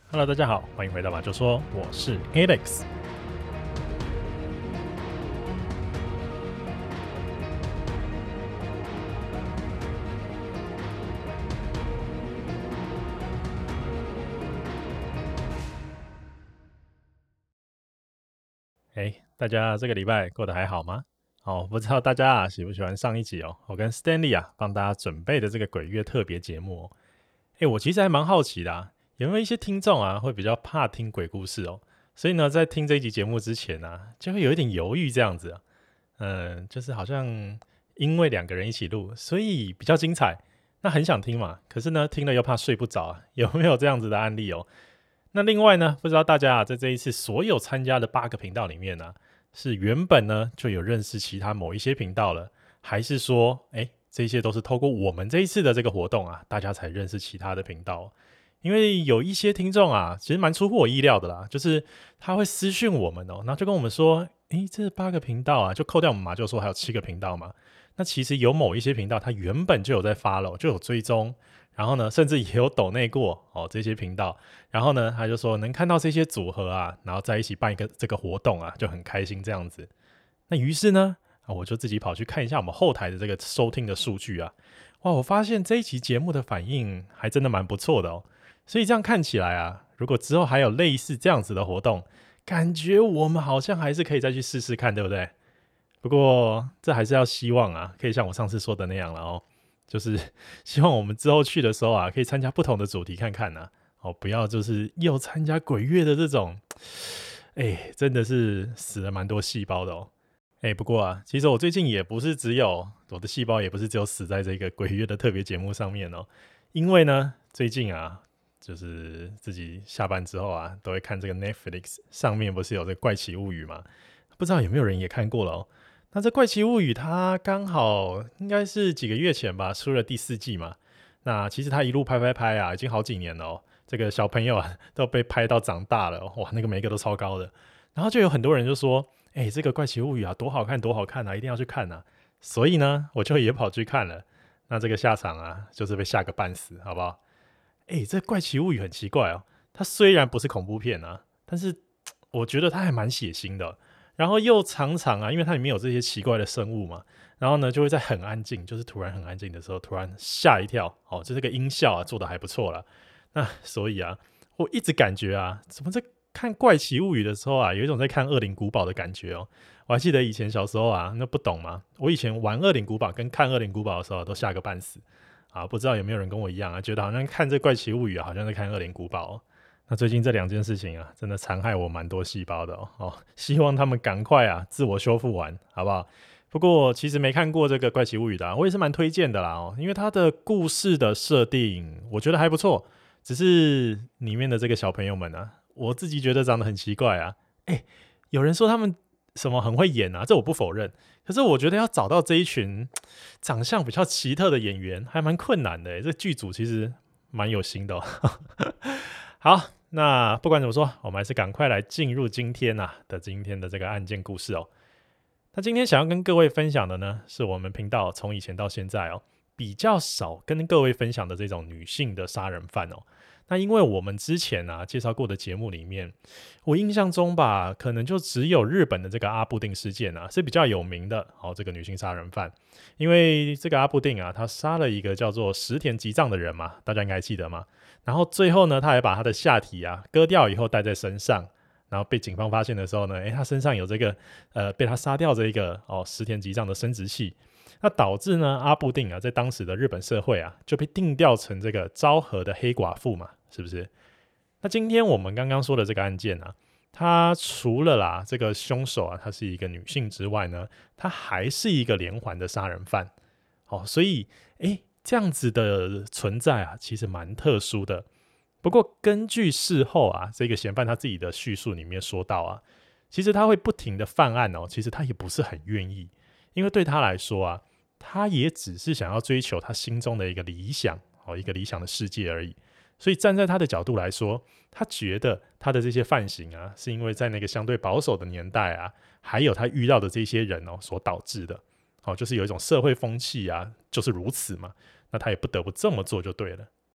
Hello，大家好，欢迎回到马就说，我是 Alex。大家这个礼拜过得还好吗？不知道大家喜不喜欢上一集我跟 Stanley 帮大家准备的这个鬼月特别节目我其实还蛮好奇的有没有一些听众会比较怕听鬼故事所以呢，在听这一集节目之前就会有一点犹豫这样子就是好像因为两个人一起录，所以比较精彩，那很想听嘛，可是呢，听了又怕睡不着有没有这样子的案例那另外呢，不知道大家在这一次所有参加的8个频道里面是原本呢就有认识其他某一些频道了，还是说这些都是透过我们这一次的这个活动大家才认识其他的频道？因为有一些听众其实蛮出乎我意料的啦，就是他会私讯我们然后就跟我们说，这8个频道就扣掉我们马就说还有7个频道嘛，那其实有某一些频道他原本就有在 follow， 就有追踪，然后呢，甚至也有抖内过这些频道，然后呢，他就说能看到这些组合然后在一起办一个这个活动就很开心这样子。那于是呢，我就自己跑去看一下我们后台的这个收听的数据哇，我发现这一期节目的反应还真的蛮不错的所以这样看起来如果之后还有类似这样子的活动，感觉我们好像还是可以再去试试看，对不对？不过这还是要希望可以像我上次说的那样了就是希望我们之后去的时候可以参加不同的主题看看不要就是又参加鬼月的这种，真的是死了蛮多细胞的不过其实我最近也不是只有我的细胞，也不是只有死在这个鬼月的特别节目上面因为呢，最近就是自己下班之后都会看这个 Netflix 上面不是有这个怪奇物语嘛，不知道有没有人也看过了那这怪奇物语它刚好应该是几个月前吧出了第4季嘛，那其实它一路拍已经好几年了这个小朋友都被拍到长大了哇，那个每一个都超高的，然后就有很多人就说这个怪奇物语多好看多好看一定要去看所以呢我就也跑去看了，那这个下场就是被吓个半死，好不好？这怪奇物语很奇怪它虽然不是恐怖片但是我觉得它还蛮血腥的然后又常常因为它里面有这些奇怪的生物嘛，然后呢就会在很安静，就是突然很安静的时候突然吓一跳就这个音效做得还不错啦。那所以我一直感觉怎么在看怪奇物语的时候有一种在看恶灵古堡的感觉我还记得以前小时候那不懂嘛，我以前玩恶灵古堡跟看恶灵古堡的时候都吓个半死不知道有没有人跟我一样觉得好像看这怪奇物语好像在看恶灵古堡那最近这2件事情真的残害我蛮多细胞的希望他们赶快自我修复完，好不好？不过其实没看过这个怪奇物语的我也是蛮推荐的啦因为它的故事的设定我觉得还不错，只是里面的这个小朋友们我自己觉得长得很奇怪有人说他们什么很会演这我不否认，可是我觉得要找到这一群长相比较奇特的演员还蛮困难的这剧组其实蛮有心的好，那不管怎么说，我们还是赶快来进入今天的这个案件故事那今天想要跟各位分享的呢，是我们频道从以前到现在比较少跟各位分享的这种女性的杀人犯那因为我们之前介绍过的节目里面，我印象中吧，可能就只有日本的这个阿部定事件是比较有名的这个女性杀人犯。因为这个阿部定他杀了一个叫做石田吉藏的人嘛，大家应该记得吗？然后最后呢，他还把他的下体割掉以后带在身上，然后被警方发现的时候呢，他身上有这个被他杀掉这一个石田吉藏的生殖器。那导致呢，阿部定在当时的日本社会就被定调成这个昭和的黑寡妇嘛，是不是？那今天我们刚刚说的这个案件它除了这个凶手他是一个女性之外呢，他还是一个连环的杀人犯所以这样子的存在其实蛮特殊的。不过根据事后这个嫌犯他自己的叙述里面说到其实他会不停的犯案其实他也不是很愿意，因为对他来说他也只是想要追求他心中的一个理想一个理想的世界而已。所以站在他的角度来说，他觉得他的这些犯行是因为在那个相对保守的年代还有他遇到的这些人所导致的就是有一种社会风气就是如此嘛，那他也不得不这么做就对了。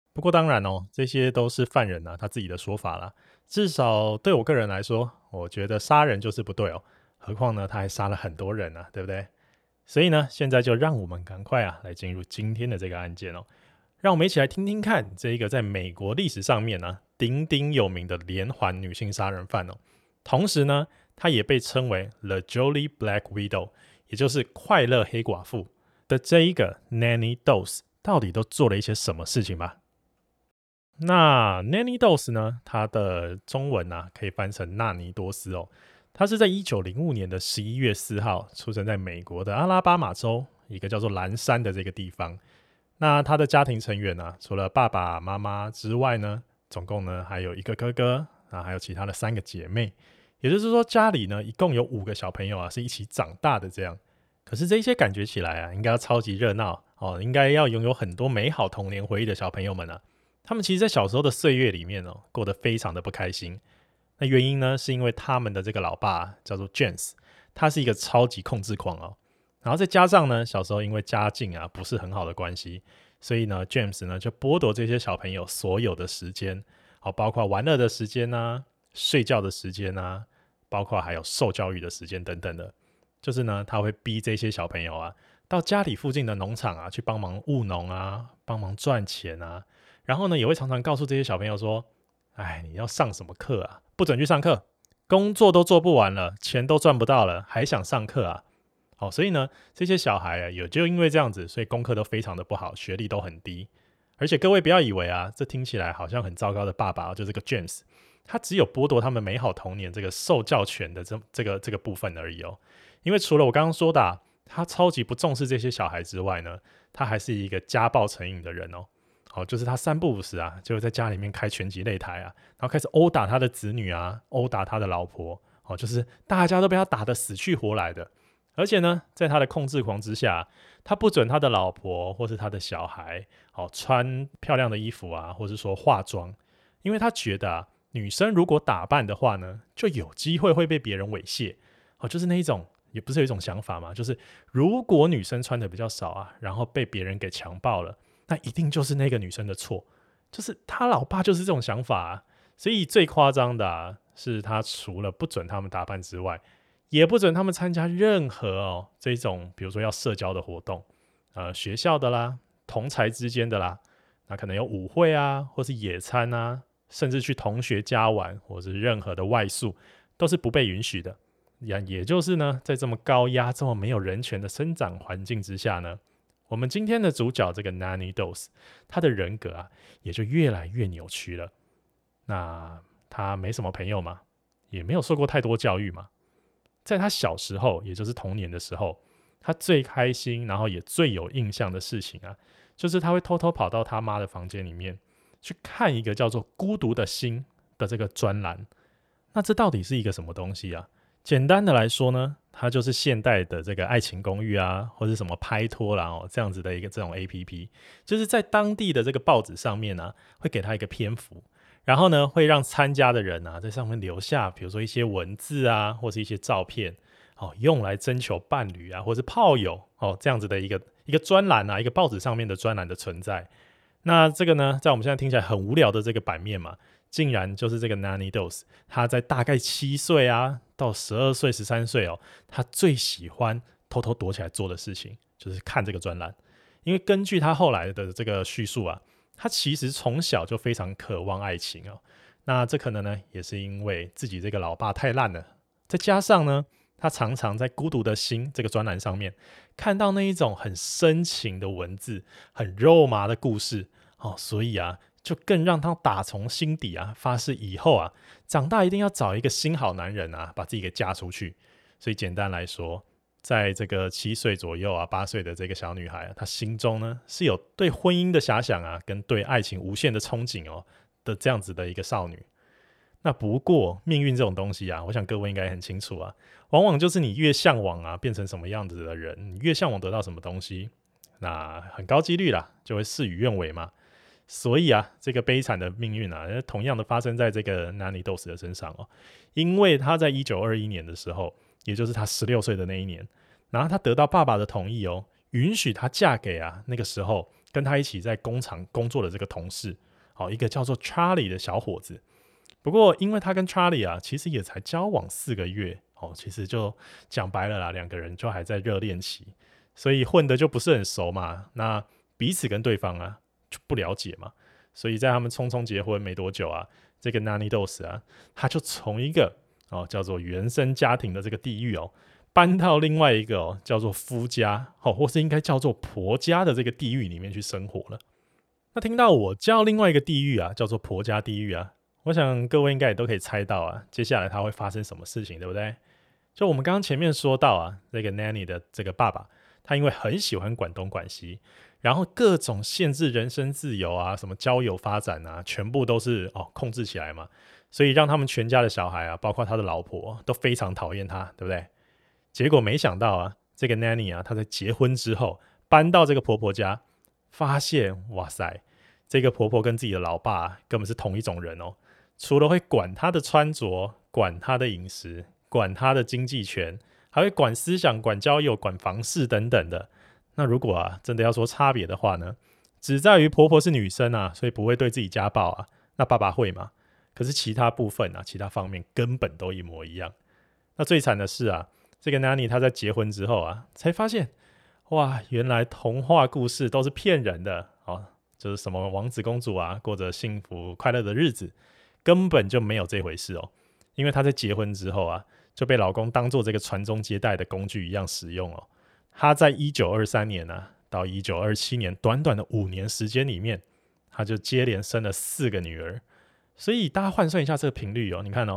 不过当然哦，这些都是犯人他自己的说法啦。至少对我个人来说，我觉得杀人就是不对哦。何况呢，他还杀了很多人对不对？所以呢，现在就让我们赶快来进入今天的这个案件哦。让我们一起来听听看这一个在美国历史上面鼎鼎有名的连环女性杀人犯哦。同时呢，她也被称为 The Jolly Black Widow， 也就是快乐黑寡妇的这一个 Nanny Dose， 到底都做了一些什么事情吧？那 Nanny Dose 呢，它的中文可以翻成纳尼多斯哦。他是在1905年的11月4号出生在美国的阿拉巴马州一个叫做蓝山的这个地方。那他的家庭成员除了爸爸妈妈之外呢，总共呢还有一个哥哥还有其他的3个姐妹。也就是说，家里呢一共有5个小朋友是一起长大的这样。可是这些感觉起来应该要超级热闹哦，应该要拥有很多美好童年回忆的小朋友们他们其实在小时候的岁月里面过得非常的不开心。那原因呢，是因为他们的这个老爸叫做 James， 他是一个超级控制狂然后再加上呢，小时候因为家境不是很好的关系，所以呢 James 呢就剥夺这些小朋友所有的时间，包括玩乐的时间睡觉的时间包括还有受教育的时间等等的。就是呢，他会逼这些小朋友到家里附近的农场去帮忙务农帮忙赚钱然后呢，也会常常告诉这些小朋友说：“哎，你要上什么课不准去上课，工作都做不完了，钱都赚不到了，还想上课所以呢，这些小孩也就因为这样子，所以功课都非常的不好，学历都很低。而且各位不要以为这听起来好像很糟糕的爸爸就是这个 James， 他只有剥夺他们美好童年这个受教权的这个部分而已因为除了我刚刚说的他超级不重视这些小孩之外呢，他还是一个家暴成瘾的人就是他3不5时就会在家里面开拳击擂台然后开始殴打他的子女殴打他的老婆就是大家都被他打得死去活来的。而且呢，在他的控制狂之下，他不准他的老婆或是他的小孩穿漂亮的衣服或是说化妆，因为他觉得女生如果打扮的话呢，就有机会会被别人猥亵就是那一种，也不是有一种想法嘛，就是如果女生穿的比较少然后被别人给强暴了，那一定就是那个女生的错，就是他老爸就是这种想法所以最夸张的是他除了不准他们打扮之外，也不准他们参加任何这种比如说要社交的活动学校的啦，同侪之间的啦，那可能有舞会或是野餐甚至去同学家玩或是任何的外宿都是不被允许的。也就是呢，在这么高压这么没有人权的生长环境之下呢，我们今天的主角这个 Nanny Dose， 他的人格也就越来越扭曲了。那他没什么朋友嘛，也没有受过太多教育嘛。在他小时候，也就是童年的时候，他最开心然后也最有印象的事情就是他会偷偷跑到他妈的房间里面去看一个叫做《孤独的心》的这个专栏。那这到底是一个什么东西简单的来说呢，它就是现代的这个爱情公寓或者什么拍拖啦这样子的一个这种 APP， 就是在当地的这个报纸上面会给他一个篇幅，然后呢会让参加的人在上面留下比如说一些文字或是一些照片用来征求伴侣或是炮友这样子的一个专栏一个报纸上面的专栏的存在。那这个呢，在我们现在听起来很无聊的这个版面嘛，竟然就是这个 Nanny Dose， 他在大概7岁到12岁13岁他最喜欢偷偷躲起来做的事情就是看这个专栏。因为根据他后来的这个叙述他其实从小就非常渴望爱情那这可能呢也是因为自己这个老爸太烂了，再加上呢他常常在《孤独的心》这个专栏上面看到那一种很深情的文字，很肉麻的故事所以就更让他打从心底发誓以后长大一定要找一个新好男人把自己给嫁出去。所以简单来说，在这个7岁左右8岁的这个小女孩她心中呢是有对婚姻的遐想跟对爱情无限的憧憬的这样子的一个少女。那不过命运这种东西我想各位应该很清楚往往就是你越向往变成什么样子的人，你越向往得到什么东西，那很高几率啦就会事与愿违嘛。所以这个悲惨的命运同样的发生在这个 Nanny Dose 的身上因为他在1921年的时候，也就是他16岁的那一年，然后他得到爸爸的同意允许他嫁给那个时候跟他一起在工厂工作的这个同事，一个叫做 Charlie 的小伙子。不过因为他跟 Charlie 啊，其实也才交往4个月，其实就讲白了啦，两个人就还在热恋期，所以混的就不是很熟嘛。那彼此跟对方啊就不了解嘛，所以在他们匆匆结婚没多久啊，这个 Nanny Dos 啊，他就从一个叫做原生家庭的这个地狱搬到另外一个叫做夫家或是应该叫做婆家的这个地狱里面去生活了。那听到我叫另外一个地狱啊，叫做婆家地狱啊，我想各位应该也都可以猜到啊，接下来他会发生什么事情，对不对？就我们刚刚前面说到啊，这个 Nanny 的这个爸爸，他因为很喜欢管东管西，然后各种限制人身自由啊，什么交友发展啊，全部都是控制起来嘛，所以让他们全家的小孩啊，包括他的老婆都非常讨厌他，对不对？结果没想到啊，这个 Nanny 啊，她在结婚之后搬到这个婆婆家，发现哇塞，这个婆婆跟自己的老爸根本是同一种人哦。除了会管她的穿着，管她的饮食，管她的经济权，还会管思想、管交友、管房事等等的。那如果啊真的要说差别的话呢，只在于婆婆是女生啊，所以不会对自己家暴啊。那爸爸会嘛？可是其他部分啊，其他方面根本都一模一样。那最惨的是啊，这个 Nanny 她在结婚之后啊，才发现哇，原来童话故事都是骗人的就是什么王子公主啊，过着幸福快乐的日子，根本就没有这回事哦。因为她在结婚之后啊，就被老公当做这个传宗接代的工具一样使用哦。她在1923年啊到1927年短短的5年时间里面，她就接连生了4个女儿。所以大家换算一下这个频率你看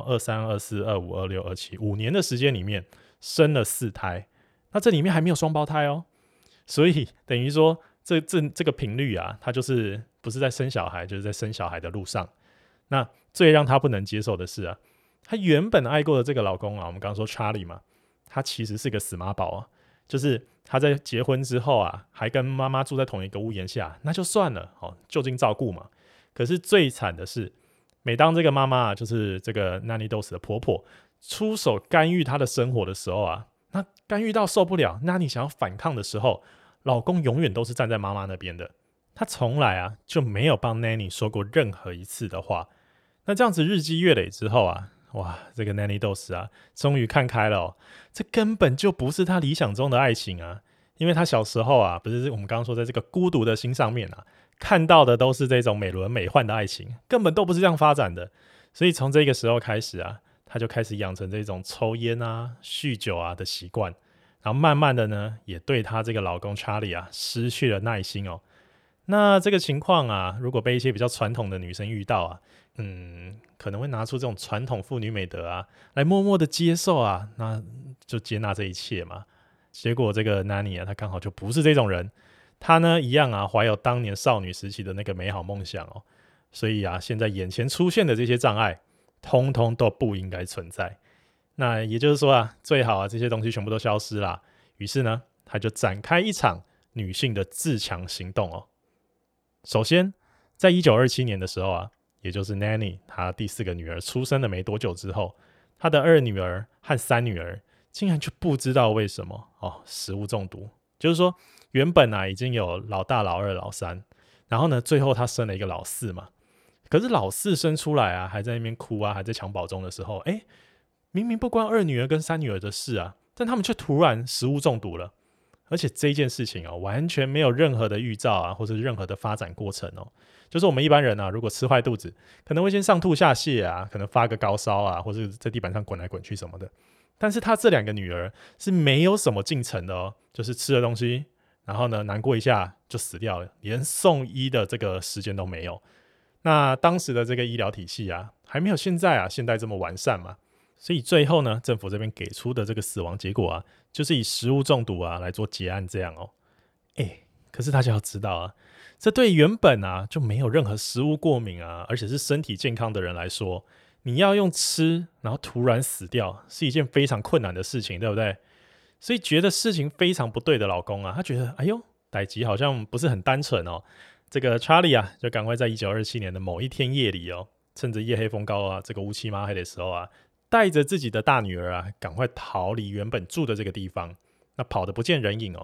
23、24、25、26、27，5年的时间里面生了4胎，那这里面还没有双胞胎哦。所以等于说这个频率啊，它就是不是在生小孩，就是在生小孩的路上。那最让她不能接受的是啊，她原本爱过的这个老公啊，我们刚刚说 Charlie 嘛，他其实是个死妈宝啊，就是他在结婚之后啊，还跟妈妈住在同一个屋檐下，那就算了就近照顾嘛。可是最惨的是，每当这个妈妈就是这个 Nanny Dos 的婆婆出手干预她的生活的时候啊，那干预到受不了，Nanny 想要反抗的时候，老公永远都是站在妈妈那边的，他从来啊就没有帮 Nanny 说过任何一次的话。那这样子日积月累之后啊，哇，这个 Nanny Dos 啊，终于看开了这根本就不是他理想中的爱情啊。因为他小时候啊，不是我们刚刚说在这个孤独的心上面啊，看到的都是这种美轮美奂的爱情，根本都不是这样发展的。所以从这个时候开始啊，他就开始养成这种抽烟啊、酗酒啊的习惯，然后慢慢的呢，也对他这个老公 Charlie 啊失去了耐心哦。那这个情况啊，如果被一些比较传统的女生遇到啊，可能会拿出这种传统妇女美德啊，来默默的接受啊，那就接纳这一切嘛。结果这个 Nanny 啊，她刚好就不是这种人，她呢一样啊，怀有当年少女时期的那个美好梦想哦。所以啊，现在眼前出现的这些障碍，通通都不应该存在。那也就是说啊，最好啊这些东西全部都消失啦。于是呢，她就展开一场女性的自强行动哦。首先，在1927年的时候啊，也就是 Nanny 她第4个女儿出生了没多久之后，她的2女儿和3女儿竟然就不知道为什么食物中毒。就是说，原本啊已经有老大、老二、老三，然后呢，最后她生了一个老4嘛。可是老4生出来啊，还在那边哭啊，还在襁褓中的时候，明明不关2女儿跟3女儿的事啊，但他们却突然食物中毒了。而且这件事情完全没有任何的预兆啊，或是任何的发展过程就是我们一般人啊，如果吃坏肚子，可能会先上吐下泻啊，可能发个高烧啊，或是在地板上滚来滚去什么的。但是他这2个女儿是没有什么进程的就是吃了东西，然后呢难过一下就死掉了，连送医的这个时间都没有。那当时的这个医疗体系啊，还没有现在这么完善嘛。所以最后呢，政府这边给出的这个死亡结果啊，就是以食物中毒啊来做结案这样可是大家要知道啊，这对原本啊就没有任何食物过敏啊，而且是身体健康的人来说，你要用吃然后突然死掉，是一件非常困难的事情，对不对？所以觉得事情非常不对的老公啊，他觉得哎呦，代志好像不是很单纯这个 Charlie 啊，就赶快在1927年的某一天夜里趁着夜黑风高啊，这个乌漆嘛黑的时候啊，带着自己的大女儿啊，赶快逃离原本住的这个地方，那跑得不见人影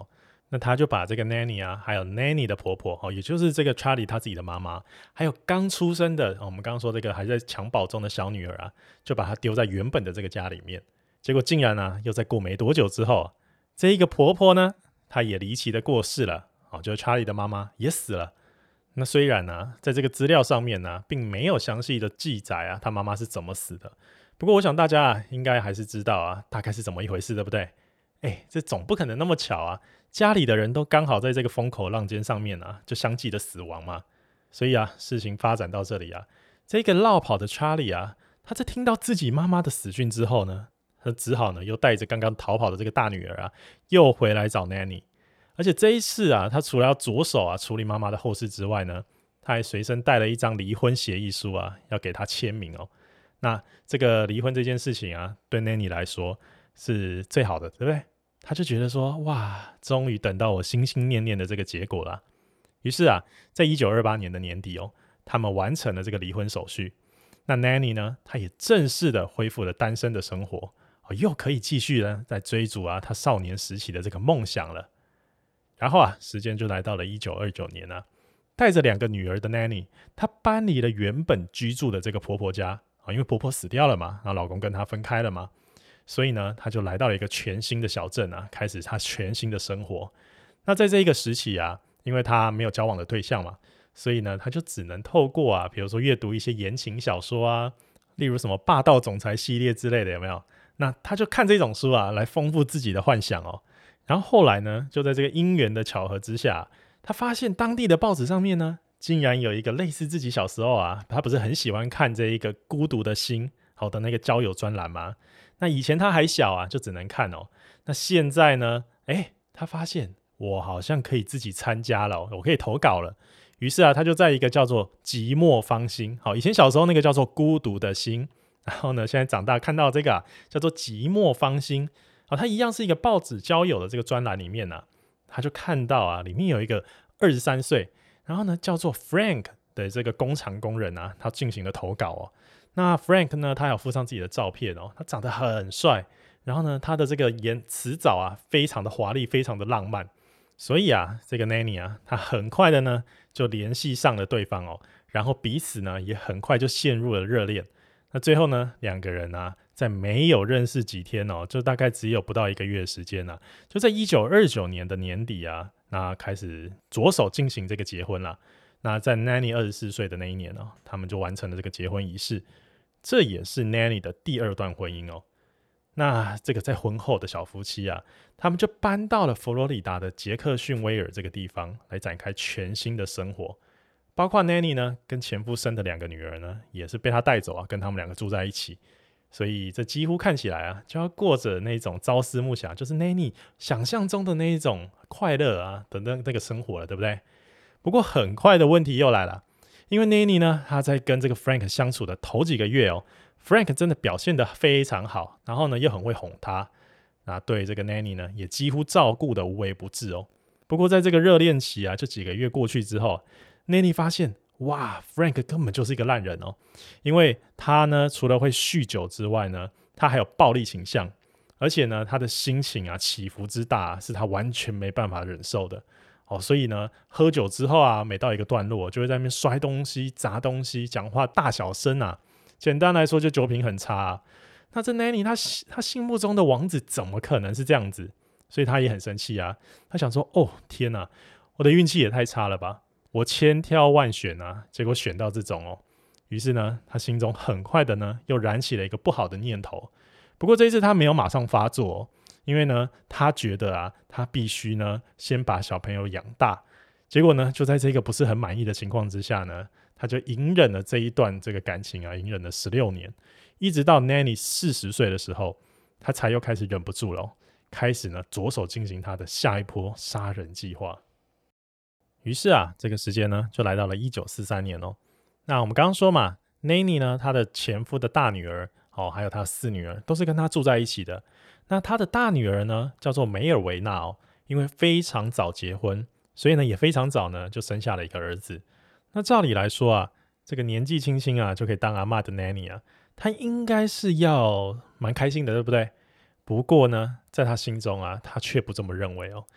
那他就把这个 nanny 啊，还有 nanny 的婆婆，也就是这个 Charlie 他自己的妈妈，还有刚出生的，我们刚刚说这个还在襁褓中的小女儿啊，就把她丢在原本的这个家里面。结果竟然啊，又在过没多久之后，这一个婆婆呢，她也离奇的过世了，就是 Charlie 的妈妈也死了。那虽然呢，在这个资料上面呢，并没有详细的记载啊，她妈妈是怎么死的。不过我想大家啊，应该还是知道啊，大概是怎么一回事，对不对？这总不可能那么巧啊，家里的人都刚好在这个风口浪尖上面啊，就相继的死亡嘛。所以啊，事情发展到这里啊，这个落跑的 Charlie 啊，他在听到自己妈妈的死讯之后呢，他只好呢又带着刚刚逃跑的这个大女儿啊，又回来找 Nanny。而且这一次啊，他除了要着手啊处理妈妈的后事之外呢，他还随身带了一张离婚协议书啊，要给她签名哦。那这个离婚这件事情啊，对 Nanny 来说是最好的，对不对？他就觉得说，哇，终于等到我心心念念的这个结果了。于是啊，在1928年的年底哦，他们完成了这个离婚手续。那 Nanny 呢，她也正式的恢复了单身的生活，又可以继续呢在追逐啊她少年时期的这个梦想了。然后啊，时间就来到了1929年啊，带着2个女儿的 Nanny， 她搬离了原本居住的这个婆婆家因为婆婆死掉了嘛，然后老公跟她分开了嘛，所以呢，她就来到了一个全新的小镇啊，开始她全新的生活。那在这一个时期啊，因为她没有交往的对象嘛，所以呢，她就只能透过啊，比如说阅读一些言情小说啊，例如什么霸道总裁系列之类的，有没有？那她就看这种书啊，来丰富自己的幻想哦。然后后来呢，就在这个因缘的巧合之下，他发现当地的报纸上面呢，竟然有一个类似自己小时候啊，他不是很喜欢看这一个孤独的心好的那个交友专栏吗？那以前他还小啊，就只能看哦。那现在呢，他发现我好像可以自己参加了我可以投稿了。于是啊，他就在一个叫做寂寞芳心，好，以前小时候那个叫做孤独的心，然后呢，现在长大看到这个叫做寂寞芳心。他一样是一个报纸交友的这个专栏里面啊，他就看到啊，里面有一个23岁，然后呢叫做 Frank 的这个工厂工人啊，他进行了投稿哦。那 Frank 呢，他有附上自己的照片哦，他长得很帅，然后呢，他的这个词藻啊，非常的华丽，非常的浪漫。所以啊，这个 Nanny 啊，他很快的呢就联系上了对方哦，然后彼此呢也很快就陷入了热恋。那最后呢，2个人啊，在没有认识几天哦，就大概只有不到1个月的时间啊，就在1929年的年底啊，那开始着手进行这个结婚了。那在 Nanny 24岁的那一年哦，他们就完成了这个结婚仪式，这也是 Nanny 的第2段婚姻哦。那这个在婚后的小夫妻啊，他们就搬到了佛罗里达的杰克逊威尔这个地方来展开全新的生活。包括 Nanny 呢，跟前夫生的2个女儿呢，也是被他带走啊，跟他们2个住在一起。所以这几乎看起来啊，就要过着那种朝思暮想，就是 Nanny 想象中的那一种快乐啊的那个生活了，对不对？不过很快的问题又来了，因为 Nanny 呢，他在跟这个 Frank 相处的头几个月哦，Frank 真的表现得非常好，然后呢又很会哄他，那对这个 Nanny 呢也几乎照顾的无微不至哦。不过在这个热恋期啊，就几个月过去之后，Nanny 发现，哇 ，Frank 根本就是一个烂人哦，因为他呢除了会酗酒之外呢，他还有暴力倾向，而且呢他的心情啊起伏之大，是他完全没办法忍受的哦。所以呢，喝酒之后啊，每到一个段落，就会在那边摔东西、砸东西，讲话大小声啊。简单来说，就酒品很差啊。那这 Nanny 他心目中的王子怎么可能是这样子？所以他也很生气啊。他想说，哦天哪，我的运气也太差了吧！我千挑万选啊，结果选到这种哦。于是呢，他心中很快的呢，又燃起了一个不好的念头。不过这一次他没有马上发作哦，因为呢，他觉得啊，他必须呢，先把小朋友养大。结果呢，就在这个不是很满意的情况之下呢，他就隐忍了这一段这个感情啊，隐忍了16年，一直到 Nanny 40岁的时候，他才又开始忍不住了开始呢，着手进行他的下一波杀人计划。于是啊，这个时间呢，就来到了1943年哦。那我们刚刚说嘛，Nanny 呢，她的前夫的大女儿还有她4女儿，都是跟她住在一起的。那她的大女儿呢，叫做梅尔维纳因为非常早结婚，所以呢，也非常早呢就生下了一个儿子。那照理来说啊，这个年纪轻轻啊就可以当阿嬷的 Nanny 啊，她应该是要蛮开心的，对不对？不过呢，在她心中啊，她却不这么认为哦。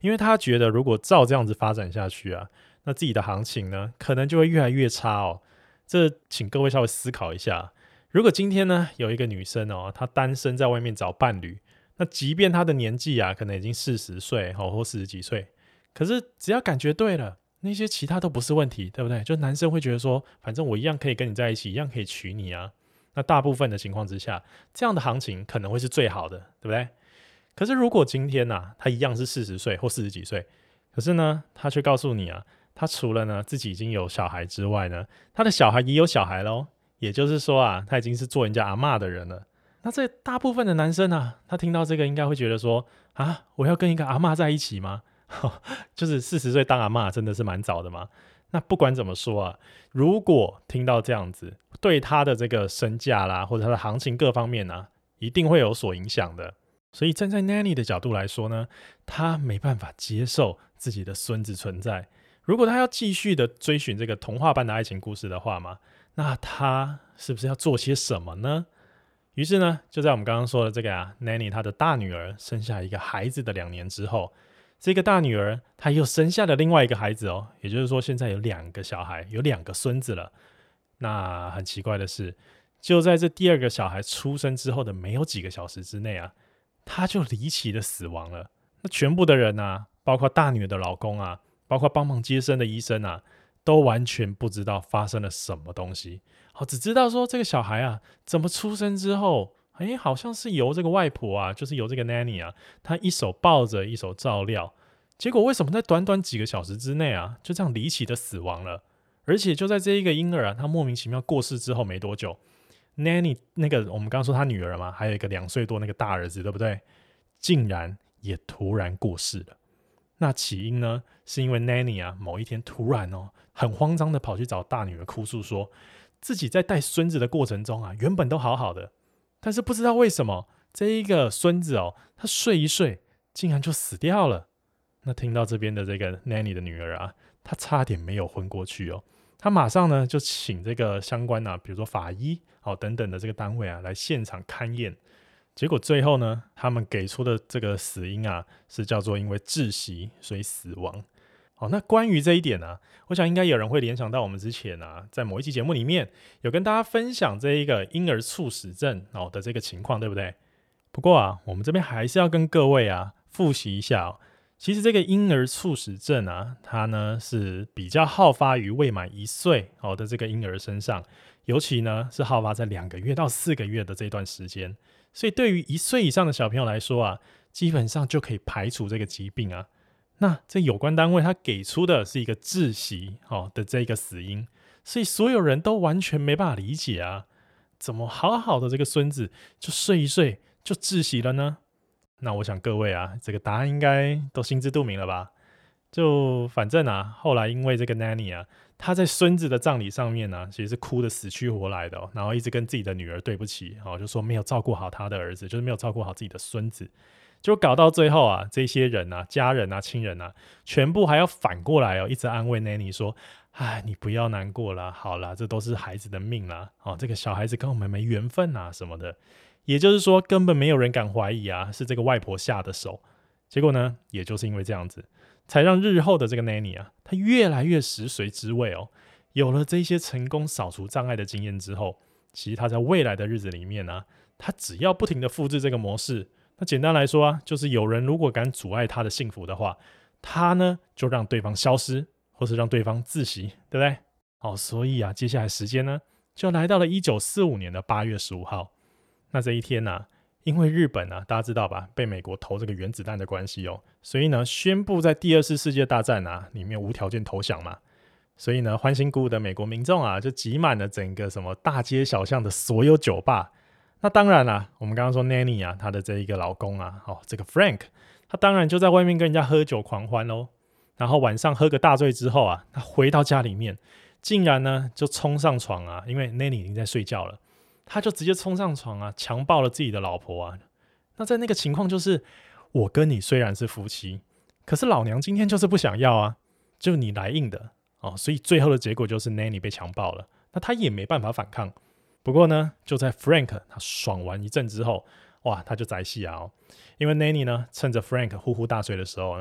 因为他觉得如果照这样子发展下去啊，那自己的行情呢，可能就会越来越差哦。这请各位稍微思考一下，如果今天呢有一个女生哦，她单身在外面找伴侣，那即便她的年纪啊，可能已经40岁或40几岁，可是只要感觉对了，那些其他都不是问题，对不对？就男生会觉得说，反正我一样可以跟你在一起，一样可以娶你啊。那大部分的情况之下，这样的行情可能会是最好的，对不对？可是如果今天他一样是40岁或40几岁，可是呢，他却告诉你啊，他除了呢自己已经有小孩之外呢，他的小孩也有小孩咯，也就是说啊，他已经是做人家阿嬷的人了。那这大部分的男生啊，他听到这个应该会觉得说啊，我要跟一个阿嬷在一起吗？就是40岁当阿嬷真的是蛮早的嘛。那不管怎么说啊，如果听到这样子，对他的这个身价啦，或者他的行情各方面啊，一定会有所影响的。所以站在 Nanny 的角度来说呢，他没办法接受自己的孙子存在。如果他要继续的追寻这个童话般的爱情故事的话嘛，那他是不是要做些什么呢？于是呢，就在我们刚刚说的这个Nanny 她的大女儿生下一个孩子的2年之后，这个大女儿她又生下了另外一个孩子哦，也就是说现在有2个小孩，有2个孙子了。那很奇怪的是，就在这第2个小孩出生之后的没有几个小时之内啊，他就离奇的死亡了。那全部的人啊，包括大女儿的老公啊，包括帮忙接生的医生啊，都完全不知道发生了什么东西。只知道说这个小孩啊，怎么出生之后，好像是由这个外婆啊，就是由这个 nanny 啊，她一手抱着，一手照料。结果为什么在短短几个小时之内啊，就这样离奇的死亡了？而且就在这一个婴儿啊，他莫名其妙过世之后没多久，Nanny 那个我们刚刚说他女儿嘛，还有一个2岁多那个大儿子，对不对？竟然也突然过世了。那起因呢，是因为 Nanny 啊，某一天突然很慌张的跑去找大女儿哭诉说，自己在带孙子的过程中啊，原本都好好的，但是不知道为什么这一个孙子他睡一睡，竟然就死掉了。那听到这边的这个 Nanny 的女儿啊，她差点没有昏过去哦。她马上呢就请这个相关比如说法医等等的这个单位啊来现场勘验。结果最后呢，他们给出的这个死因啊是叫做因为窒息所以死亡。那关于这一点呢，我想应该有人会联想到我们之前在某一期节目里面有跟大家分享这一个婴儿猝死症的这个情况，对不对？不过我们这边还是要跟各位复习一下其实这个婴儿猝死症它呢是比较好发于未满1岁的这个婴儿身上，尤其呢是好发在2个月到4个月的这段时间。所以对于1岁以上的小朋友来说基本上就可以排除这个疾病那这有关单位他给出的是一个窒息的这个死因，所以所有人都完全没办法理解怎么好好的这个孙子就睡一睡就窒息了呢？那我想各位这个答案应该都心知肚明了吧？就反正后来因为这个 Nanny 他在孙子的葬礼上面其实是哭得死去活来的然后一直跟自己的女儿对不起就说没有照顾好他的儿子，就是没有照顾好自己的孙子。就搞到最后这些人家人亲人全部还要反过来一直安慰 Nanny 说，你不要难过啦，好啦，这都是孩子的命啦这个小孩子跟我们没缘分什么的。也就是说根本没有人敢怀疑是这个外婆下的手。结果呢，也就是因为这样子，才让日后的这个 Nanny 她越来越食髓知味有了这些成功扫除障碍的经验之后，其实她在未来的日子里面她只要不停的复制这个模式，那简单来说就是有人如果敢阻碍她的幸福的话，她呢就让对方消失，或是让对方窒息，对不对？所以接下来时间呢，就来到了1945年的8月15号。那这一天因为日本大家知道吧，被美国投这个原子弹的关系所以呢宣布在第2次世界大战里面无条件投降嘛。所以呢欢欣鼓舞的美国民众就挤满了整个什么大街小巷的所有酒吧。那当然我们刚刚说 Nanny 她的这一个老公这个 Frank 他当然就在外面跟人家喝酒狂欢咯。然后晚上喝个大醉之后他回到家里面，竟然呢就冲上床因为 Nanny 已经在睡觉了，他就直接冲上床强暴了自己的老婆那在那个情况就是，我跟你虽然是夫妻，可是老娘今天就是不想要就你来硬的所以最后的结果就是 Nanny 被强暴了，那他也没办法反抗。不过呢，就在 Frank 他爽完一阵之后，哇，他就宅戏因为 Nanny 呢趁着 Frank 呼呼大睡的时候呢，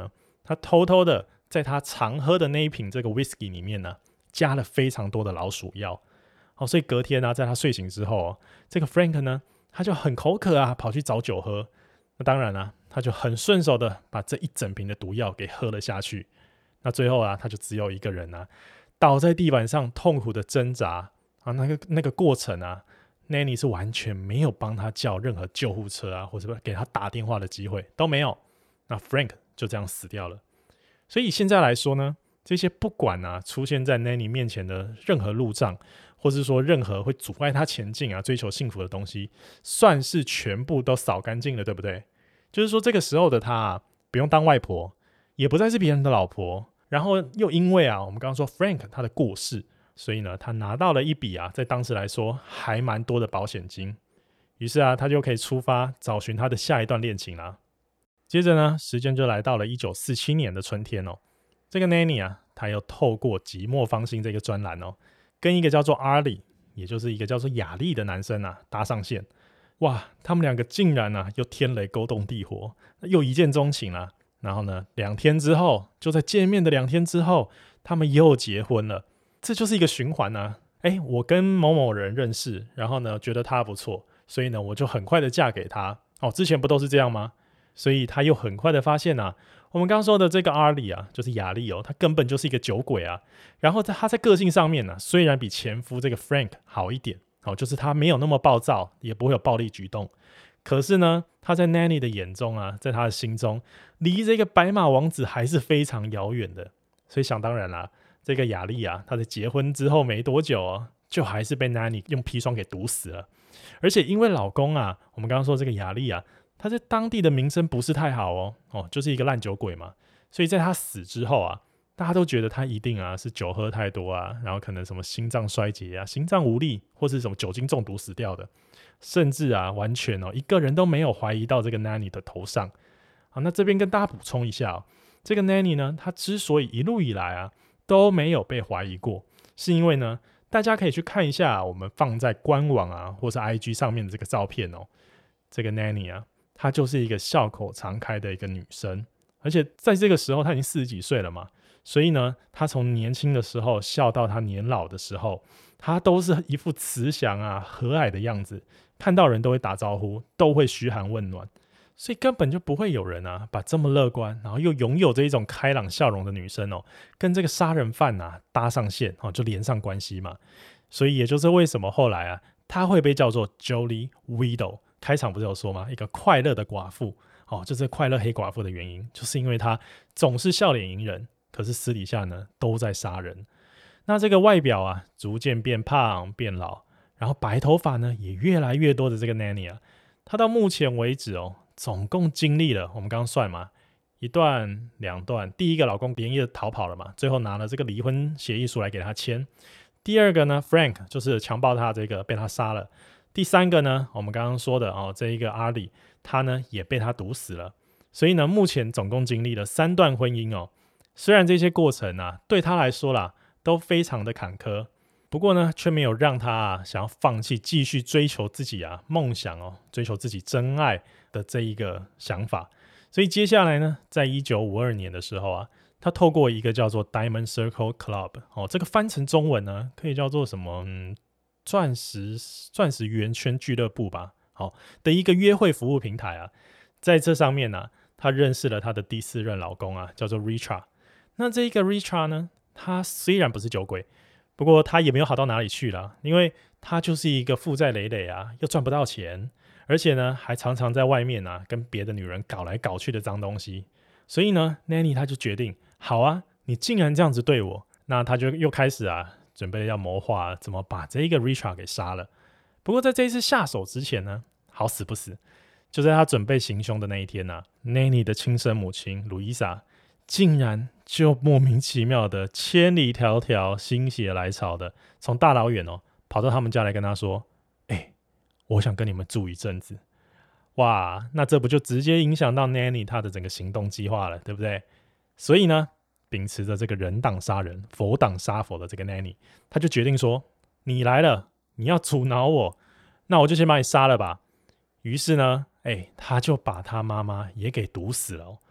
他偷偷的在他常喝的那一瓶这个 whisky 里面呢，加了非常多的老鼠药。所以隔天在他睡醒之后，这个 Frank 呢，他就很口渴啊，跑去找酒喝。那当然他就很顺手的把这一整瓶的毒药给喝了下去。那最后他就只有一个人倒在地板上痛苦的挣扎那个过程Nanny 是完全没有帮他叫任何救护车或者给他打电话的机会都没有。那 Frank 就这样死掉了。所以现在来说呢，这些不管出现在 Nanny 面前的任何路障，或是说任何会阻碍他前进追求幸福的东西，算是全部都扫干净了，对不对？就是说这个时候的他不用当外婆，也不再是别人的老婆，然后又因为我们刚刚说 Frank 他的过世，所以呢他拿到了一笔在当时来说还蛮多的保险金。于是他就可以出发找寻他的下一段恋情啦。接着呢，时间就来到了1947年的春天这个 Nanny 他又透过寂寞芳心这个专栏跟一个叫做 Arlie， 也就是一个叫做雅丽的男生搭上线。哇，他们两个竟然又天雷勾动地火，又一见钟情啦。然后呢，2天之后，就在见面的2天之后，他们又结婚了。这就是一个循环我跟某某人认识，然后呢觉得他不错，所以呢我就很快的嫁给他。之前不都是这样吗？所以他又很快的发现我们刚刚说的这个阿里就是雅丽他根本就是一个酒鬼然后他在个性上面虽然比前夫这个 Frank 好一点就是他没有那么暴躁，也不会有暴力举动，可是呢他在 Nanny 的眼中在他的心中离这个白马王子还是非常遥远的。所以想当然啦，这个雅丽他在结婚之后没多久就还是被 Nanny 用砒霜给毒死了。而且因为老公我们刚刚说这个雅丽他在当地的名声不是太好就是一个烂酒鬼嘛，所以在他死之后大家都觉得他一定是酒喝太多然后可能什么心脏衰竭心脏无力，或是什么酒精中毒死掉的，甚至完全一个人都没有怀疑到这个 Nanny 的头上。那这边跟大家补充一下这个 Nanny 呢，他之所以一路以来都没有被怀疑过，是因为呢，大家可以去看一下我们放在官网或是 IG 上面的这个照片这个 Nanny她就是一个笑口常开的一个女生，而且在这个时候她已经40几岁了嘛，所以呢她从年轻的时候笑到她年老的时候，她都是一副慈祥和蔼的样子，看到人都会打招呼，都会嘘寒问暖。所以根本就不会有人把这么乐观然后又拥有这一种开朗笑容的女生跟这个杀人犯搭上线就连上关系嘛。所以也就是为什么后来她会被叫做 Jolly Widow，开场不是有说吗？一个快乐的寡妇就是快乐黑寡妇的原因，就是因为她总是笑脸迎人，可是私底下呢都在杀人。那这个外表逐渐变胖变老，然后白头发呢也越来越多的这个 Nanny 她到目前为止总共经历了我们刚刚算嘛，1段2段，第一个老公连夜逃跑了嘛，最后拿了这个离婚协议书来给他签。第二个呢 Frank 就是强暴他这个被他杀了。第3个呢，我们刚刚说的这一个阿里，他呢也被他毒死了。所以呢，目前总共经历了3段婚姻虽然这些过程对他来说啦都非常的坎坷，不过呢却没有让他想要放弃继续追求自己梦想追求自己真爱的这一个想法。所以接下来呢，在1952年的时候他透过一个叫做 Diamond Circle Club 这个翻成中文呢可以叫做什么钻石圆圈俱乐部吧，的一个约会服务平台在这上面他认识了他的第4任老公叫做 Richard。 那这一个 Richard 呢，他虽然不是酒鬼，不过他也没有好到哪里去啦，因为他就是一个负债累累又赚不到钱，而且呢还常常在外面跟别的女人搞来搞去的脏东西。所以呢 Nanny 他就决定，好你竟然这样子对我，那他就又开始准备要谋划怎么把这一个 Richard 给杀了。不过在这一次下手之前呢，好死不死，就在他准备行凶的那一天Nanny 的亲生母亲 Louisa 竟然就莫名其妙的千里迢迢心血来潮的从大老远跑到他们家来跟他说，我想跟你们住一阵子。哇，那这不就直接影响到 Nanny 他的整个行动计划了，对不对？所以呢，秉持着这个人挡杀人佛挡杀佛的这个 Nanny， 他就决定说，你来了，你要阻挠我，那我就先把你杀了吧。于是呢他就把他妈妈也给毒死了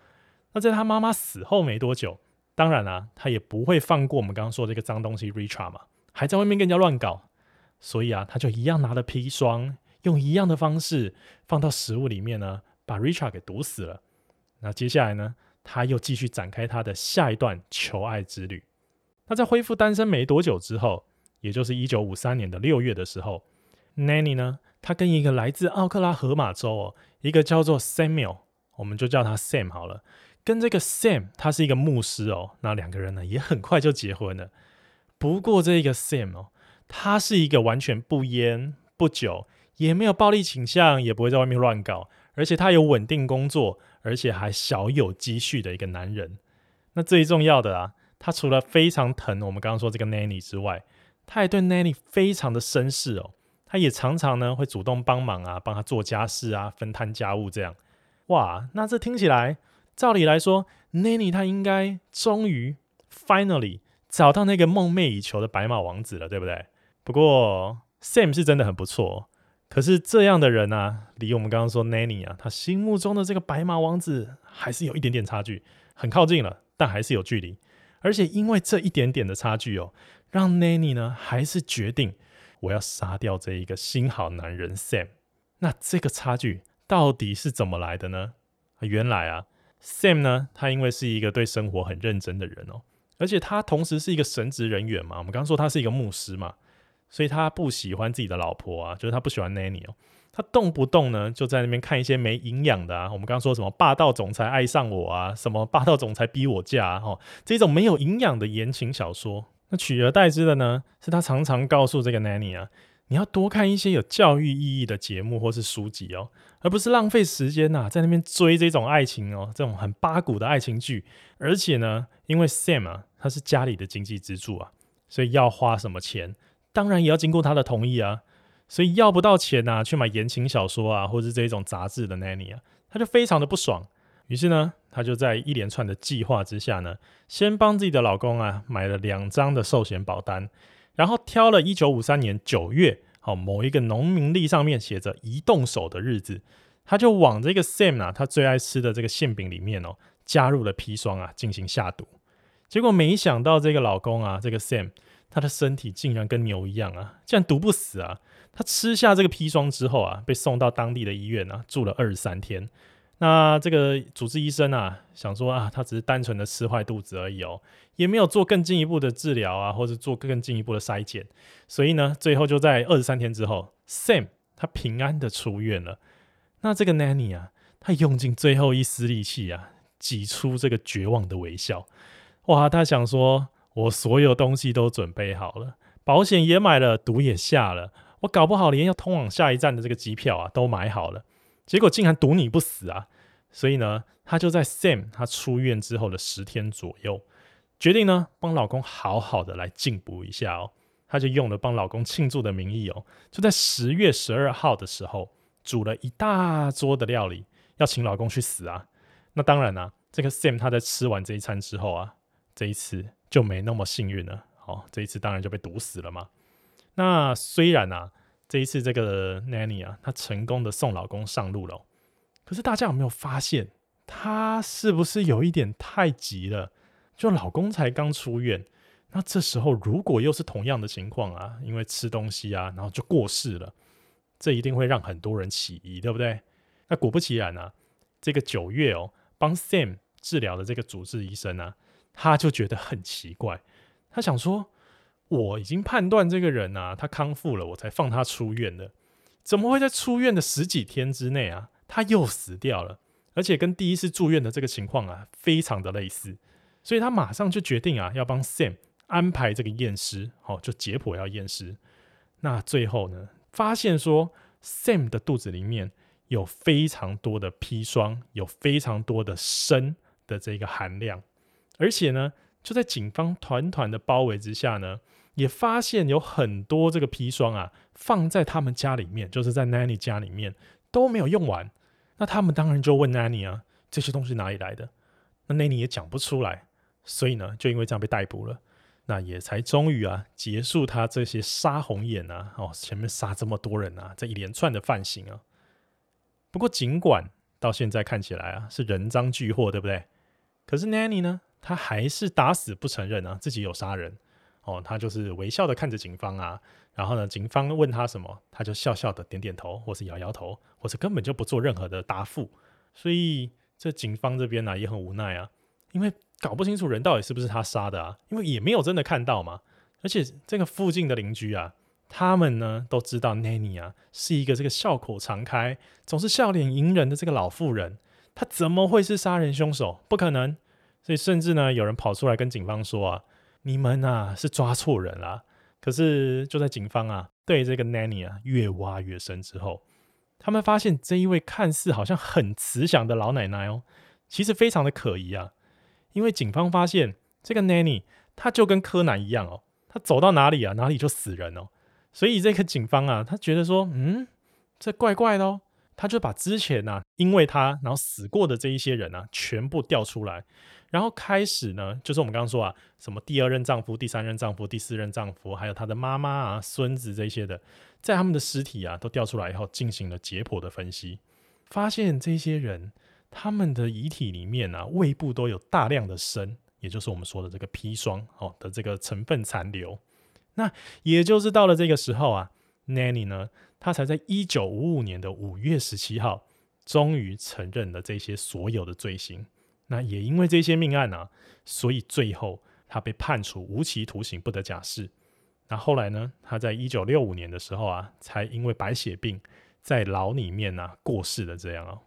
那在他妈妈死后没多久，当然啊，他也不会放过我们刚刚说的这个脏东西 Richard 嘛，还在外面跟人家乱搞，所以啊，他就一样拿了砒霜，用一样的方式放到食物里面呢，把 Richard 给毒死了。那接下来呢，他又继续展开他的下一段求爱之旅。那在恢复单身没多久之后，也就是1953年的6月的时候， Nanny 呢，他跟一个来自奥克拉荷马州一个叫做 Samuel， 我们就叫他 Sam 好了，跟这个 Sam 他是一个牧师那两个人呢也很快就结婚了。不过这个 Sam 他是一个完全不烟不酒，也没有暴力倾向，也不会在外面乱搞，而且他有稳定工作，而且还小有积蓄的一个男人。那最重要的啊，他除了非常疼我们刚刚说这个 Nanny 之外，他也对 Nanny 非常的绅士他也常常呢会主动帮忙帮他做家事分摊家务这样。哇，那这听起来，照理来说 Nanny 他应该终于 finally 找到那个梦寐以求的白马王子了，对不对？不过 Sam 是真的很不错可是这样的人离我们刚刚说 Nanny 他心目中的这个白马王子还是有一点点差距，很靠近了，但还是有距离。而且因为这一点点的差距让 Nanny 呢还是决定我要杀掉这一个新好男人 Sam。 那这个差距到底是怎么来的呢？原来Sam 呢，他因为是一个对生活很认真的人而且他同时是一个神职人员嘛，我们刚刚说他是一个牧师嘛，所以他不喜欢自己的老婆就是他不喜欢 Nanny 他动不动呢就在那边看一些没营养的我们刚刚说什么霸道总裁爱上我什么霸道总裁逼我嫁这种没有营养的言情小说。那取而代之的呢，是他常常告诉这个 Nanny 你要多看一些有教育意义的节目或是书籍而不是浪费时间在那边追这种爱情这种很八股的爱情剧。而且呢，因为 Sam 他是家里的经济支柱所以要花什么钱，当然也要经过他的同意所以要不到钱去买言情小说或是这种杂志的 Nanny 他就非常的不爽。于是呢，他就在一连串的计划之下呢，先帮自己的老公买了2张的寿险保单，然后挑了1953年9月某一个农民历上面写着移动手的日子，他就往这个 Sam 他最爱吃的这个馅饼里面加入了砒霜进行下毒。结果没想到这个老公这个 Sam 他的身体竟然跟牛一样竟然毒不死他吃下这个砒霜之后被送到当地的医院住了23天。那这个主治医生想说他只是单纯的吃坏肚子而已也没有做更进一步的治疗或者做更进一步的筛检，所以呢，最后就在23天之后 Sam 他平安的出院了。那这个 Nanny 他用尽最后一丝力气挤出这个绝望的微笑。哇，他想说我所有东西都准备好了，保险也买了，毒也下了，我搞不好连要通往下一站的这个机票都买好了，结果竟然毒你不死所以呢，他就在 Sam 他出院之后的10天左右，决定呢帮老公好好的来进补一下他就用了帮老公庆祝的名义就在10月12号的时候煮了一大桌的料理，要请老公去死那当然这个 Sam 他在吃完这一餐之后这一次就没那么幸运了这一次当然就被毒死了嘛。那虽然这一次这个 Nanny 她成功的送老公上路了可是大家有没有发现她是不是有一点太急了？就老公才刚出院，那这时候如果又是同样的情况因为吃东西然后就过世了，这一定会让很多人起疑，对不对？那果不其然这个9月帮 Sam 治疗的这个主治医生他就觉得很奇怪，他想说我已经判断这个人他康复了，我才放他出院的，怎么会在出院的10几天之内他又死掉了？而且跟第一次住院的这个情况非常的类似，所以他马上就决定要帮 Sam 安排这个验尸就解剖要验尸。那最后呢，发现说 Sam 的肚子里面有非常多的砒霜，有非常多的砷的这个含量，而且呢，就在警方团团的包围之下呢，也发现有很多这个砒霜放在他们家里面，就是在 Nanny 家里面都没有用完。那他们当然就问 Nanny 这些东西哪里来的？那 Nanny 也讲不出来，所以呢，就因为这样被逮捕了。那也才终于结束他这些杀红眼前面杀这么多人这一连串的犯行不过尽管到现在看起来是人赃俱获，对不对？ 可是 Nanny 呢，她还是打死不承认啊自己有杀人哦，她就是微笑的看着警方啊，然后呢，警方问她什么，她就笑笑的点点头，或是摇摇头，或是根本就不做任何的答复。所以这警方这边呢、也很无奈啊，因为搞不清楚人到底是不是他杀的啊，因为也没有真的看到嘛。而且这个附近的邻居啊，他们呢都知道 Nanny 啊是一个这个笑口常开、总是笑脸迎人的这个老妇人，她怎么会是杀人凶手？不可能。所以甚至呢有人跑出来跟警方说啊，你们啊是抓错人啦。可是就在警方啊对这个 Nanny 啊越挖越深之后，他们发现这一位看似好像很慈祥的老奶奶哦，其实非常的可疑啊。因为警方发现这个 Nanny 她就跟柯南一样哦，她走到哪里啊哪里就死人哦。所以这个警方啊，他觉得说，这怪怪的哦。他就把之前啊因为他然后死过的这一些人啊全部调出来，然后开始呢，就是我们刚刚说啊，什么第二任丈夫、第三任丈夫、第四任丈夫，还有他的妈妈啊、孙子这些的，在他们的尸体啊都调出来以后，进行了解剖的分析，发现这些人他们的遗体里面啊，胃部都有大量的砷，也就是我们说的这个砒霜的这个成分残留。那也就是到了这个时候啊 ，Nanny 呢，她才在1955年的5月17号，终于承认了这些所有的罪行。那也因为这些命案啊，所以最后他被判处无期徒刑，不得假释。那后来呢，他在1965年的时候啊，才因为白血病在牢里面啊过世了。这样哦。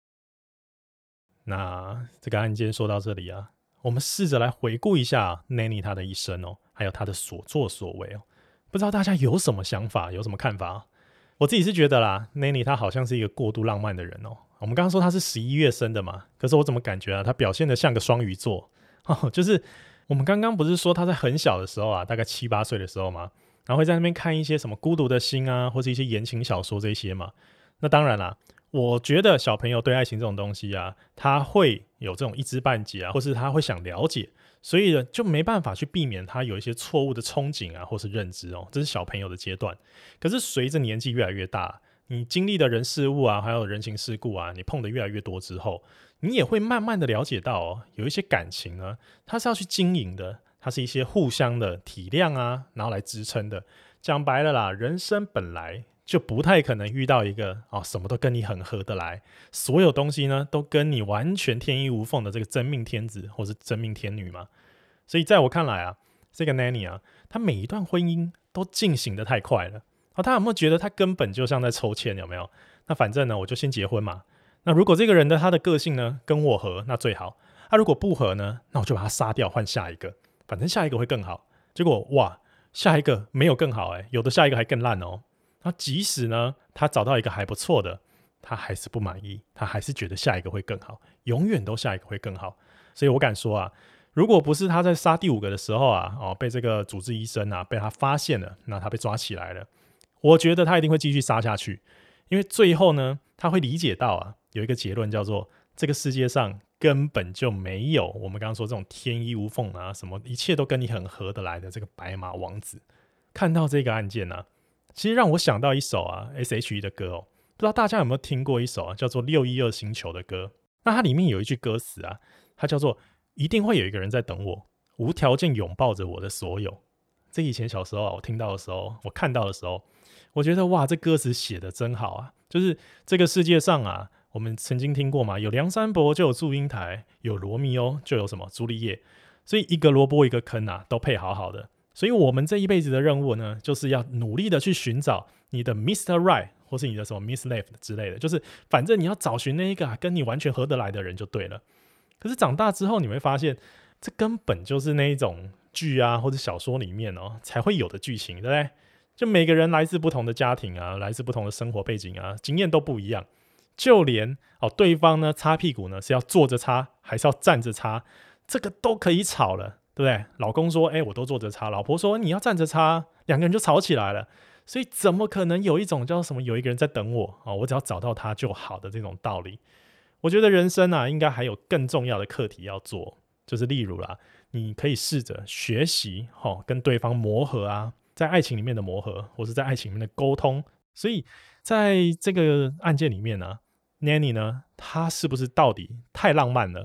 那这个案件说到这里啊，我们试着来回顾一下 Nanny 她的一生哦，还有她的所作所为哦。不知道大家有什么想法，有什么看法？我自己是觉得啦，Nanny 她好像是一个过度浪漫的人哦。我们刚刚说她是11月生的嘛，可是我怎么感觉啊，她表现得像个双鱼座哦，就是我们刚刚不是说她在很小的时候啊，大概7、8岁的时候嘛，然后会在那边看一些什么孤独的心啊，或是一些言情小说这些嘛。那当然啦，我觉得小朋友对爱情这种东西啊，他会有这种一知半解啊，或是他会想了解，所以呢就没办法去避免他有一些错误的憧憬啊，或是认知哦，这是小朋友的阶段。可是随着年纪越来越大，你经历的人事物啊，还有人情世故啊，你碰的越来越多之后，你也会慢慢的了解到哦，有一些感情呢，它是要去经营的，它是一些互相的体谅啊，然后来支撑的。讲白了啦，人生本来就不太可能遇到一个什么都跟你很合得来，所有东西呢都跟你完全天衣无缝的这个真命天子或是真命天女嘛。所以在我看来啊，这个 Nanny 啊，她每一段婚姻都进行的太快了。他有没有觉得他根本就像在抽签？有没有？那反正呢，我就先结婚嘛。那如果这个人的他的个性呢跟我合，那最好。如果不合呢，那我就把他杀掉，换下一个。反正下一个会更好。结果哇，下一个没有更好有的下一个还更烂哦。那即使呢，他找到一个还不错的，他还是不满意，他还是觉得下一个会更好，永远都下一个会更好。所以我敢说啊，如果不是他在杀第5个的时候啊，被这个主治医生啊被他发现了，那他被抓起来了。我觉得他一定会继续杀下去，因为最后呢，他会理解到啊，有一个结论叫做这个世界上根本就没有我们刚刚说这种天衣无缝啊，什么一切都跟你很合得来的这个白马王子。看到这个案件啊，其实让我想到一首S.H.E 的歌哦，不知道大家有没有听过一首叫做612星球的歌。那它里面有一句歌词啊，它叫做一定会有一个人在等我，无条件拥抱着我的所有。这以前小时候我听到的时候，我看到的时候，我觉得哇，这歌词写的真好啊！就是这个世界上啊，我们曾经听过嘛，有梁山伯就有祝英台，有罗密欧就有什么朱丽叶，所以一个萝卜一个坑啊，都配好好的。所以我们这一辈子的任务呢，就是要努力的去寻找你的 Mr. Right 或是你的什么 Miss Left 之类的，就是反正你要找寻那一个跟你完全合得来的人就对了。可是长大之后你会发现，这根本就是那一种剧啊或者小说里面才会有的剧情，对不对？就每个人来自不同的家庭啊，来自不同的生活背景啊，经验都不一样。就连对方呢擦屁股呢是要坐着擦还是要站着擦，这个都可以吵了，对不对？老公说我都坐着擦，老婆说你要站着擦，两个人就吵起来了。所以怎么可能有一种叫什么有一个人在等我我只要找到他就好的这种道理？我觉得人生应该还有更重要的课题要做，就是例如啦，你可以试着学习跟对方磨合啊，在爱情里面的磨合，或是在爱情里面的沟通。所以在这个案件里面呢，Nanny 呢，她是不是到底太浪漫了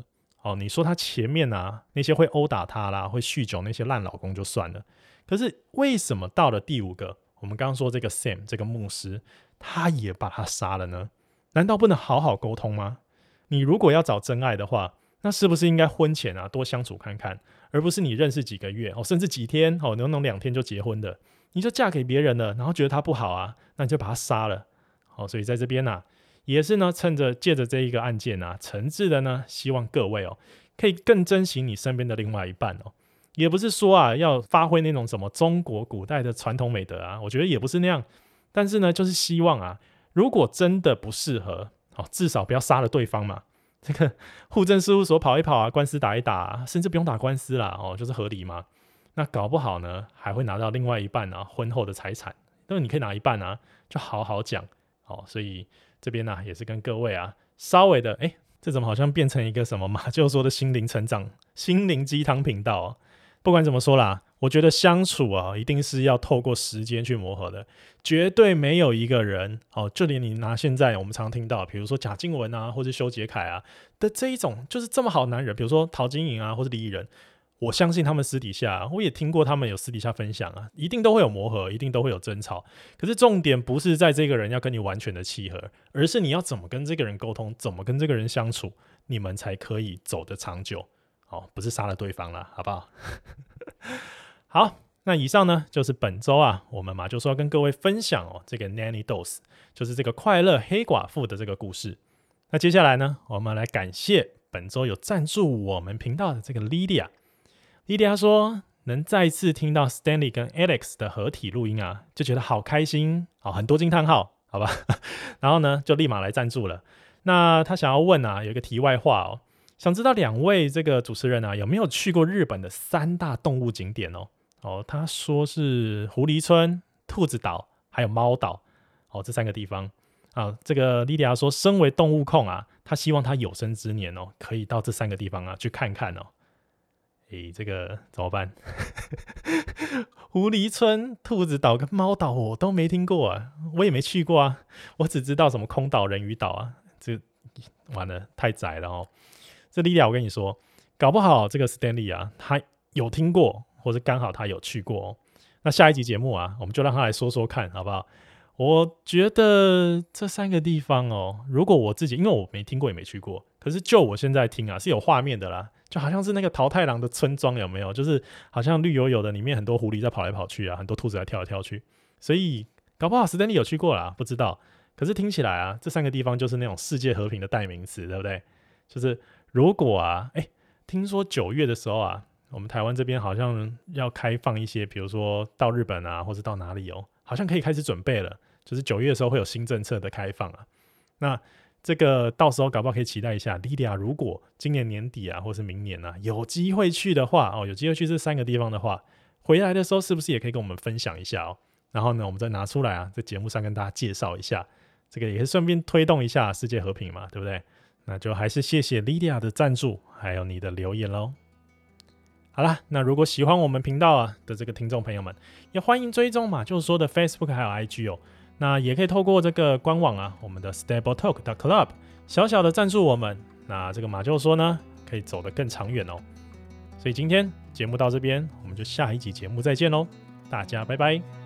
你说他前面啊那些会殴打他啦、会酗酒那些烂老公就算了，可是为什么到了第5个，我们刚刚说这个 Sam 这个牧师，他也把他杀了呢？难道不能好好沟通吗？你如果要找真爱的话，那是不是应该婚前啊多相处看看，而不是你认识几个月甚至几天能2天就结婚的，你就嫁给别人了，然后觉得他不好啊，那你就把他杀了。所以在这边啊，也是呢，借着这一个案件啊，诚挚的呢，希望各位可以更珍惜你身边的另外一半也不是说啊要发挥那种什么中国古代的传统美德啊，我觉得也不是那样，但是呢，就是希望啊，如果真的不适合至少不要杀了对方嘛。这个户政事务所跑一跑啊，官司打一打啊，甚至不用打官司啦就是合理嘛。那搞不好呢，还会拿到另外一半啊婚后的财产，但是你可以拿一半啊，就好好讲所以这边呢也是跟各位啊稍微的这怎么好像变成一个什么马厩说的心灵成长、心灵鸡汤频道不管怎么说啦，我觉得相处一定是要透过时间去磨合的，绝对没有一个人就连你拿现在我们常听到，比如说贾静雯啊，或者修杰楷啊的这一种，就是这么好的男人，比如说陶晶莹啊，或者李艺人，我相信他们私底下，我也听过他们有私底下分享啊，一定都会有磨合，一定都会有争吵。可是重点不是在这个人要跟你完全的契合，而是你要怎么跟这个人沟通，怎么跟这个人相处，你们才可以走得长久。不是杀了对方啦，好不好？好，那以上呢就是本周啊，我们嘛就说要跟各位分享这个 Nanny Dose， 就是这个快乐黑寡妇的这个故事。那接下来呢，我们来感谢本周有赞助我们频道的这个 Lydia。Lydia 说，能再次听到 Stanley 跟 Alex 的合体录音啊，就觉得好开心很多惊叹号，好吧？然后呢，就立马来赞助了。那他想要问啊，有一个题外话想知道2位这个主持人啊有没有去过日本的3大动物景点他说是狐狸村、兔子岛还有猫岛这3个地方这个莉莉亚说，身为动物控啊，他希望他有生之年可以到这3个地方啊去看看这个怎么办？狐狸村、兔子岛跟猫岛我都没听过啊，我也没去过啊，我只知道什么空岛、人鱼岛啊，这完了太窄了这莉莉亚我跟你说，搞不好这个 Stanley 啊，他有听过，或者刚好他有去过那下一集节目啊，我们就让他来说说看，好不好？我觉得这3个地方如果我自己，因为我没听过也没去过，可是就我现在听啊，是有画面的啦，就好像是那个桃太郎的村庄，有没有？就是好像绿油油的，里面很多狐狸在跑来跑去啊，很多兔子在跳来跳去，所以搞不好 Stanley 有去过啦，不知道。可是听起来啊，这3个地方就是那种世界和平的代名词，对不对？就是如果啊，听说9月的时候啊，我们台湾这边好像要开放一些，比如说到日本啊，或是到哪里好像可以开始准备了。就是9月的时候会有新政策的开放啊，那这个到时候搞不好可以期待一下。莉莉亚如果今年年底啊，或是明年啊，有机会去的话有机会去这3个地方的话，回来的时候是不是也可以跟我们分享一下然后呢，我们再拿出来啊，在节目上跟大家介绍一下，这个也是顺便推动一下世界和平嘛，对不对？那就还是谢谢 Lydia 的赞助，还有你的留言咯。好啦，那如果喜欢我们频道啊的这个听众朋友们，也欢迎追踪马厩说的 Facebook 还有 IG那也可以透过这个官网啊，我们的 StableTalk.club 小小的赞助我们，那这个马厩说呢，可以走得更长远所以今天节目到这边，我们就下一集节目再见咯，大家拜拜。